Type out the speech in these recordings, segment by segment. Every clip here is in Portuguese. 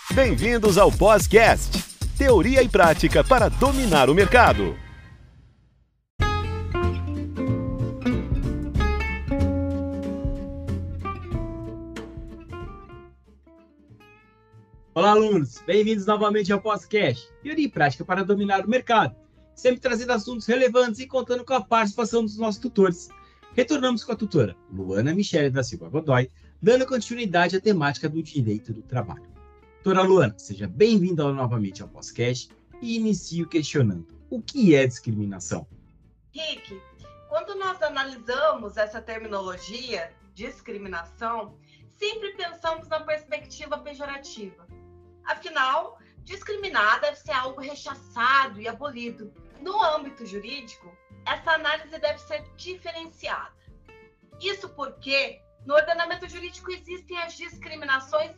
Bem-vindos ao Pós-Cast, teoria e prática para dominar o mercado. Olá, alunos! Bem-vindos novamente ao Pós-Cast, teoria e prática para dominar o mercado, sempre trazendo assuntos relevantes e contando com a participação dos nossos tutores. Retornamos com a tutora Luana Michele da Silva Godoy, dando continuidade à temática do direito do trabalho. Doutora Luana, seja bem-vinda novamente ao Pós-Cast e inicio questionando: o que é discriminação? Rick, quando nós analisamos essa terminologia, discriminação, sempre pensamos na perspectiva pejorativa. Afinal, discriminar deve ser algo rechaçado e abolido. No âmbito jurídico, essa análise deve ser diferenciada. Isso porque, no ordenamento jurídico, existem as discriminações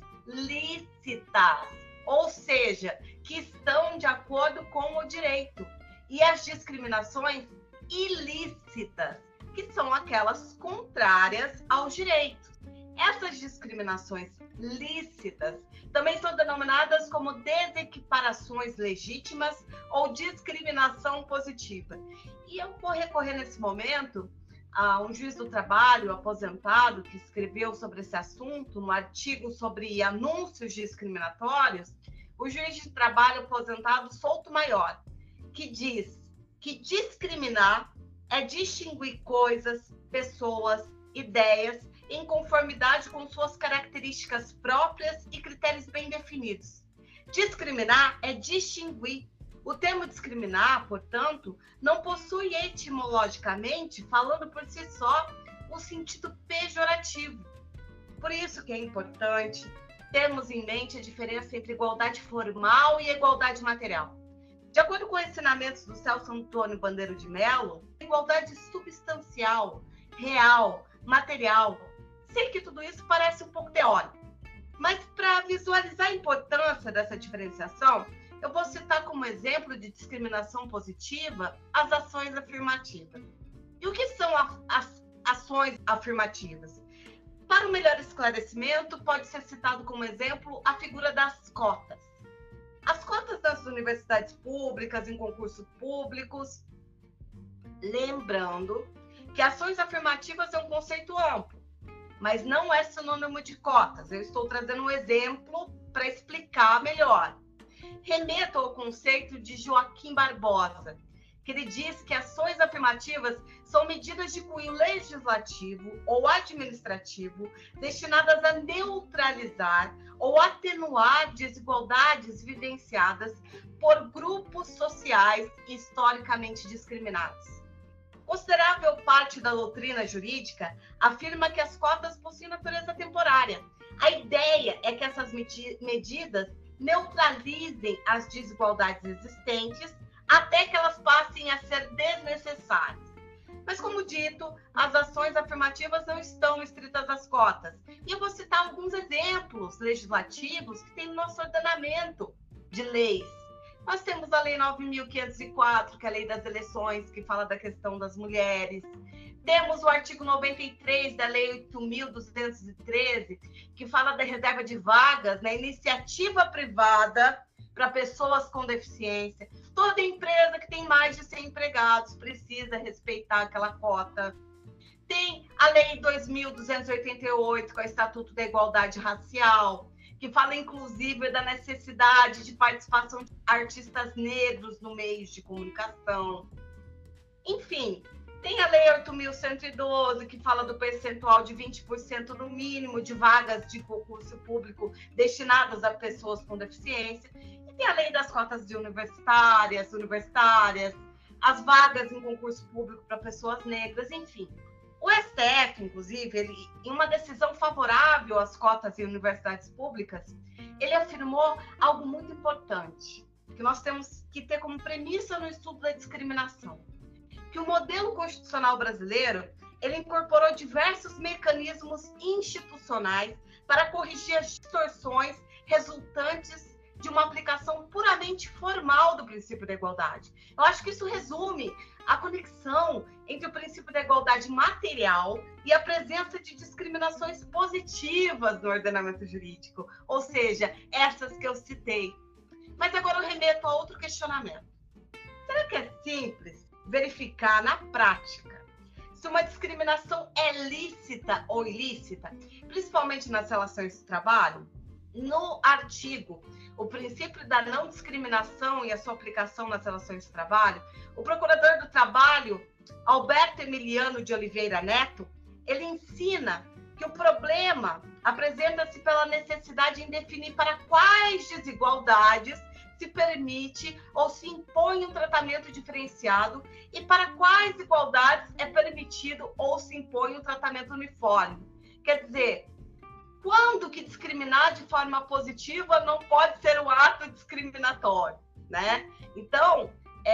lícitas, ou seja, que estão de acordo com o direito, e as discriminações ilícitas, que são aquelas contrárias ao direito. Essas discriminações lícitas também são denominadas como desequiparações legítimas ou discriminação positiva. E eu vou recorrer nesse momento a um juiz do trabalho aposentado que escreveu sobre esse assunto no artigo sobre anúncios discriminatórios, o juiz de trabalho aposentado Souto-Maior, que diz que discriminar é distinguir coisas, pessoas, ideias em conformidade com suas características próprias e critérios bem definidos. Discriminar é distinguir. O termo discriminar, portanto, não possui etimologicamente, falando por si só, um sentido pejorativo. Por isso que é importante termos em mente a diferença entre igualdade formal e igualdade material. De acordo com os ensinamentos do Celso Antônio Bandeiro de Mello, igualdade substancial, real, material. Sei que tudo isso parece um pouco teórico, mas para visualizar a importância dessa diferenciação, eu vou citar como exemplo de discriminação positiva as ações afirmativas. E o que são as ações afirmativas? Para um melhor esclarecimento, pode ser citado como exemplo a figura das cotas. As cotas das universidades públicas, em concursos públicos, lembrando que ações afirmativas é um conceito amplo, mas não é sinônimo de cotas. Eu estou trazendo um exemplo para explicar melhor. Remeto ao conceito de Joaquim Barbosa, que ele diz que ações afirmativas são medidas de cunho legislativo ou administrativo destinadas a neutralizar ou atenuar desigualdades vivenciadas por grupos sociais historicamente discriminados. Considerável parte da doutrina jurídica afirma que as cotas possuem natureza temporária. A ideia é que essas medidas neutralizem as desigualdades existentes até que elas passem a ser desnecessárias. Mas, como dito, as ações afirmativas não estão restritas às cotas. E eu vou citar alguns exemplos legislativos que tem no nosso ordenamento de leis. Nós temos a Lei 9.504, que é a Lei das Eleições, que fala da questão das mulheres. Temos o artigo 93 da Lei 8.213, que fala da reserva de vagas na iniciativa privada para pessoas com deficiência. Toda empresa que tem mais de 100 empregados precisa respeitar aquela cota. Tem a Lei 2.288, com o Estatuto da Igualdade Racial, que fala, inclusive, da necessidade de participação de artistas negros no meio de comunicação. Enfim, tem a Lei 8.112, que fala do percentual de 20% no mínimo de vagas de concurso público destinadas a pessoas com deficiência. E tem a Lei das cotas de universitárias, as vagas em concurso público para pessoas negras, enfim. O STF, inclusive, em uma decisão favorável às cotas em universidades públicas, ele afirmou algo muito importante, que nós temos que ter como premissa no estudo da discriminação, que o modelo constitucional brasileiro, ele incorporou diversos mecanismos institucionais para corrigir as distorções resultantes de uma aplicação puramente formal do princípio da igualdade. Eu acho que isso resume a conexão entre o princípio da igualdade material e a presença de discriminações positivas no ordenamento jurídico, ou seja, essas que eu citei. Mas agora eu remeto a outro questionamento. Será que é simples verificar na prática se uma discriminação é lícita ou ilícita, principalmente nas relações de trabalho? No artigo O Princípio da Não Discriminação e a Sua Aplicação nas Relações de Trabalho, o procurador do Trabalho, Alberto Emiliano de Oliveira Neto, ele ensina que o problema apresenta-se pela necessidade em definir para quais desigualdades se permite ou se impõe um tratamento diferenciado e para quais igualdades é permitido ou se impõe um tratamento uniforme. Quer dizer, quando que discriminar de forma positiva não pode ser um ato discriminatório, né? Então,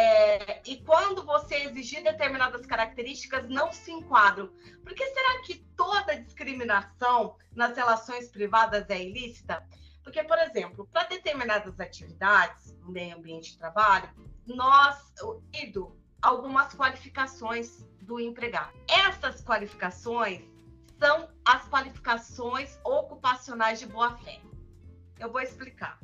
e quando você exigir determinadas características, não se enquadram. Por que será que toda discriminação nas relações privadas é ilícita? Porque, por exemplo, para determinadas atividades no meio ambiente de trabalho, nós temos algumas qualificações do empregado. Essas qualificações são as qualificações ocupacionais de boa-fé. Eu vou explicar.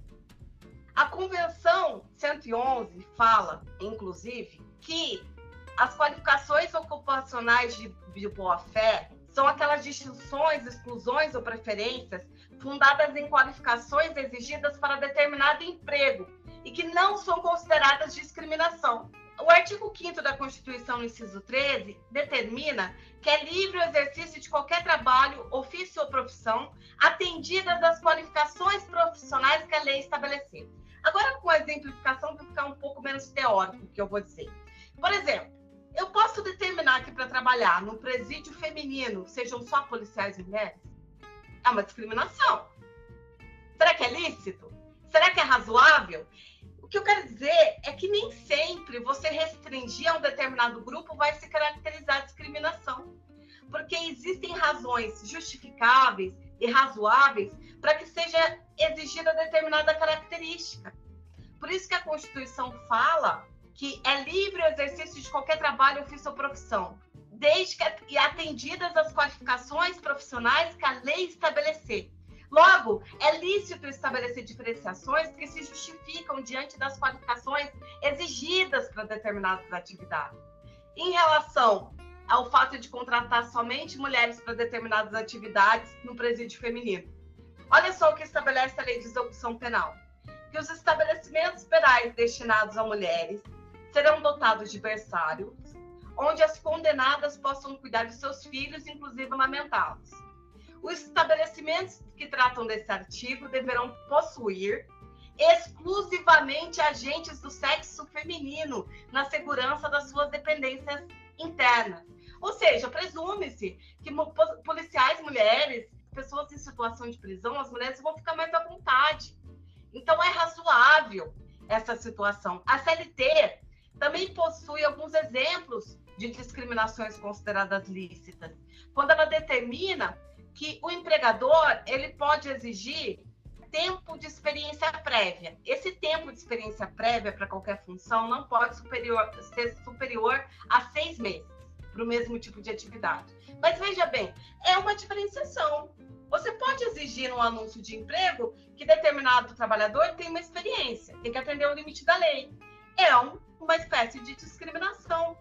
A Convenção 111 fala, inclusive, que as qualificações ocupacionais de boa-fé são aquelas distinções, exclusões ou preferências fundadas em qualificações exigidas para determinado emprego e que não são consideradas discriminação. O artigo 5º da Constituição, no inciso 13, determina que é livre o exercício de qualquer trabalho, ofício ou profissão, atendidas as qualificações profissionais que a lei estabelecer. Agora, com a exemplificação, vai ficar um pouco menos teórico o que eu vou dizer. Por exemplo, eu posso determinar que para trabalhar no presídio feminino sejam só policiais mulheres? É uma discriminação. Será que é lícito? Será que é razoável? O que eu quero dizer é que nem sempre você restringir a um determinado grupo vai se caracterizar a discriminação. Porque existem razões justificáveis e razoáveis para que seja exigida determinada característica. Por isso que a Constituição fala que é livre o exercício de qualquer trabalho, ofício ou profissão, desde que atendidas as qualificações profissionais que a lei estabelecer. Logo, é lícito estabelecer diferenciações que se justificam diante das qualificações exigidas para determinadas atividades. Em relação ao fato de contratar somente mulheres para determinadas atividades no presídio feminino, olha só o que estabelece a Lei de Execução Penal: que os estabelecimentos penais destinados a mulheres serão dotados de berçários, onde as condenadas possam cuidar de seus filhos, inclusive amamentá-los. Os estabelecimentos que tratam desse artigo deverão possuir exclusivamente agentes do sexo feminino na segurança das suas dependências internas. Ou seja, presume-se que policiais mulheres, pessoas em situação de prisão, as mulheres vão ficar mais à vontade. Então, é razoável essa situação. A CLT também possui alguns exemplos de discriminações consideradas lícitas, quando ela determina que o empregador ele pode exigir tempo de experiência prévia. Esse tempo de experiência prévia para qualquer função não pode ser superior a 6 meses para o mesmo tipo de atividade. Mas veja bem, é uma diferenciação. Você pode exigir no anúncio de emprego que determinado trabalhador tenha uma experiência, tem que atender ao limite da lei. É uma espécie de discriminação.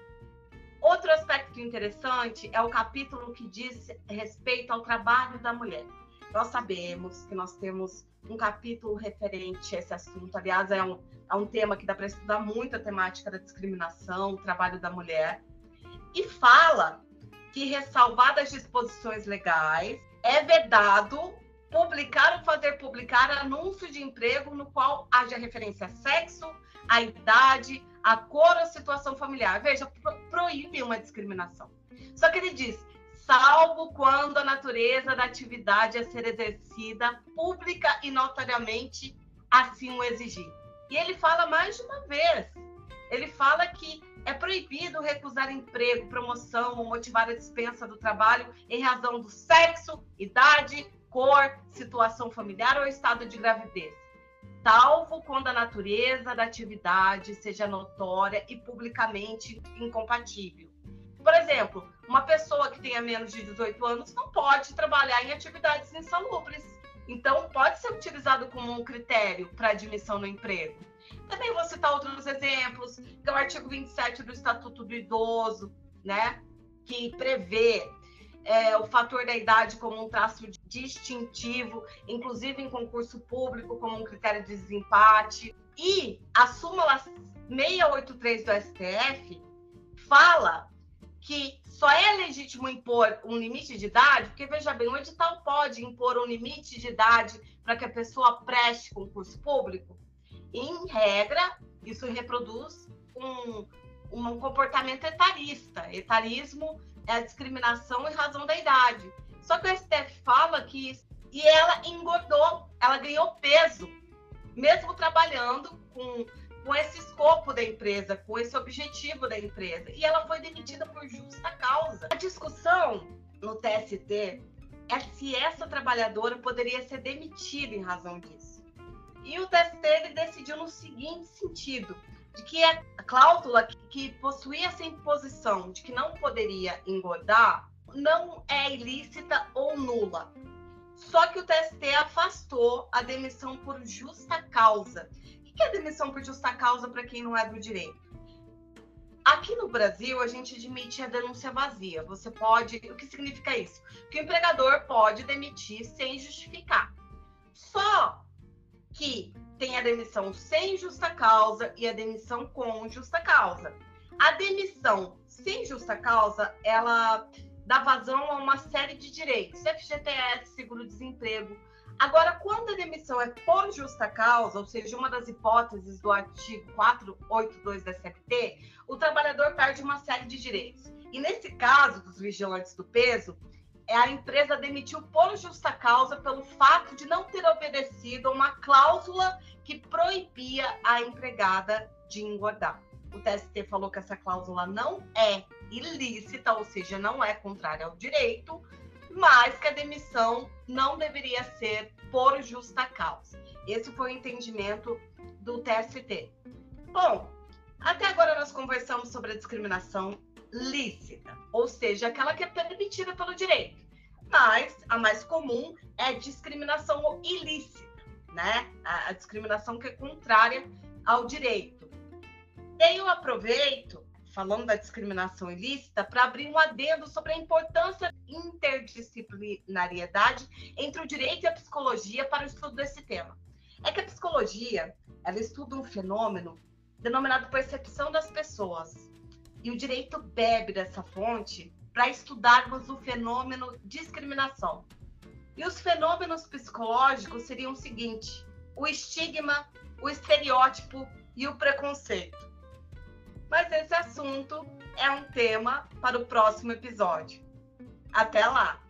Outro aspecto interessante é o capítulo que diz respeito ao trabalho da mulher. Nós sabemos que nós temos um capítulo referente a esse assunto. Aliás, é um tema que dá para estudar muito a temática da discriminação, o trabalho da mulher. E fala que, ressalvadas as disposições legais, é vedado publicar ou fazer publicar anúncio de emprego no qual haja referência a sexo, a idade, a cor ou situação familiar. Veja, proíbe uma discriminação. Só que ele diz, salvo quando a natureza da atividade a ser exercida pública e notoriamente assim o exigir. E ele fala mais de uma vez. Ele fala que é proibido recusar emprego, promoção ou motivar a dispensa do trabalho em razão do sexo, idade, cor, situação familiar ou estado de gravidez. salvo quando a natureza da atividade seja notória e publicamente incompatível. Por exemplo, uma pessoa que tenha menos de 18 anos não pode trabalhar em atividades insalubres. Então, pode ser utilizado como um critério para admissão no emprego. Também vou citar outros exemplos, que é o artigo 27 do Estatuto do Idoso, né, que prevê o fator da idade como um traço distintivo, inclusive em concurso público, como um critério de desempate. E a súmula 683 do STF fala que só é legítimo impor um limite de idade, porque, veja bem, o edital pode impor um limite de idade para que a pessoa preste concurso público. Em regra, isso reproduz um comportamento etarista. Etarismo é a discriminação em razão da idade. Só que o STF fala que... E ela engordou, ela ganhou peso, mesmo trabalhando com esse escopo da empresa, com esse objetivo da empresa. E ela foi demitida por justa causa. A discussão no TST é se essa trabalhadora poderia ser demitida em razão disso. E o TST ele decidiu no seguinte sentido, de que a cláusula que possuía essa imposição de que não poderia engordar não é ilícita ou nula. Só que o TST afastou a demissão por justa causa. O que é demissão por justa causa para quem não é do direito? Aqui no Brasil, a gente admite a denúncia vazia. Você pode... O que significa isso? Que o empregador pode demitir sem justificar. Só que tem a demissão sem justa causa e a demissão com justa causa. A demissão sem justa causa, ela dá vazão a uma série de direitos, FGTS, seguro-desemprego. Agora, quando a demissão é por justa causa, ou seja, uma das hipóteses do artigo 482 da CLT, o trabalhador perde uma série de direitos. E nesse caso dos vigilantes do peso, a empresa demitiu por justa causa pelo fato de não ter obedecido a uma cláusula que proibia a empregada de engordar. O TST falou que essa cláusula não é ilícita, ou seja, não é contrária ao direito, mas que a demissão não deveria ser por justa causa. Esse foi o entendimento do TST. Bom, até agora nós conversamos sobre a discriminação lícita, ou seja, aquela que é permitida pelo direito. Mas a mais comum é a discriminação ilícita, né? A discriminação que é contrária ao direito. E eu aproveito, falando da discriminação ilícita, para abrir um adendo sobre a importância da interdisciplinariedade entre o direito e a psicologia para o estudo desse tema. É que a psicologia, ela estuda um fenômeno denominado percepção das pessoas. E o direito bebe dessa fonte para estudarmos o fenômeno discriminação. E os fenômenos psicológicos seriam o seguinte: o estigma, o estereótipo e o preconceito. Mas esse assunto é um tema para o próximo episódio. Até lá!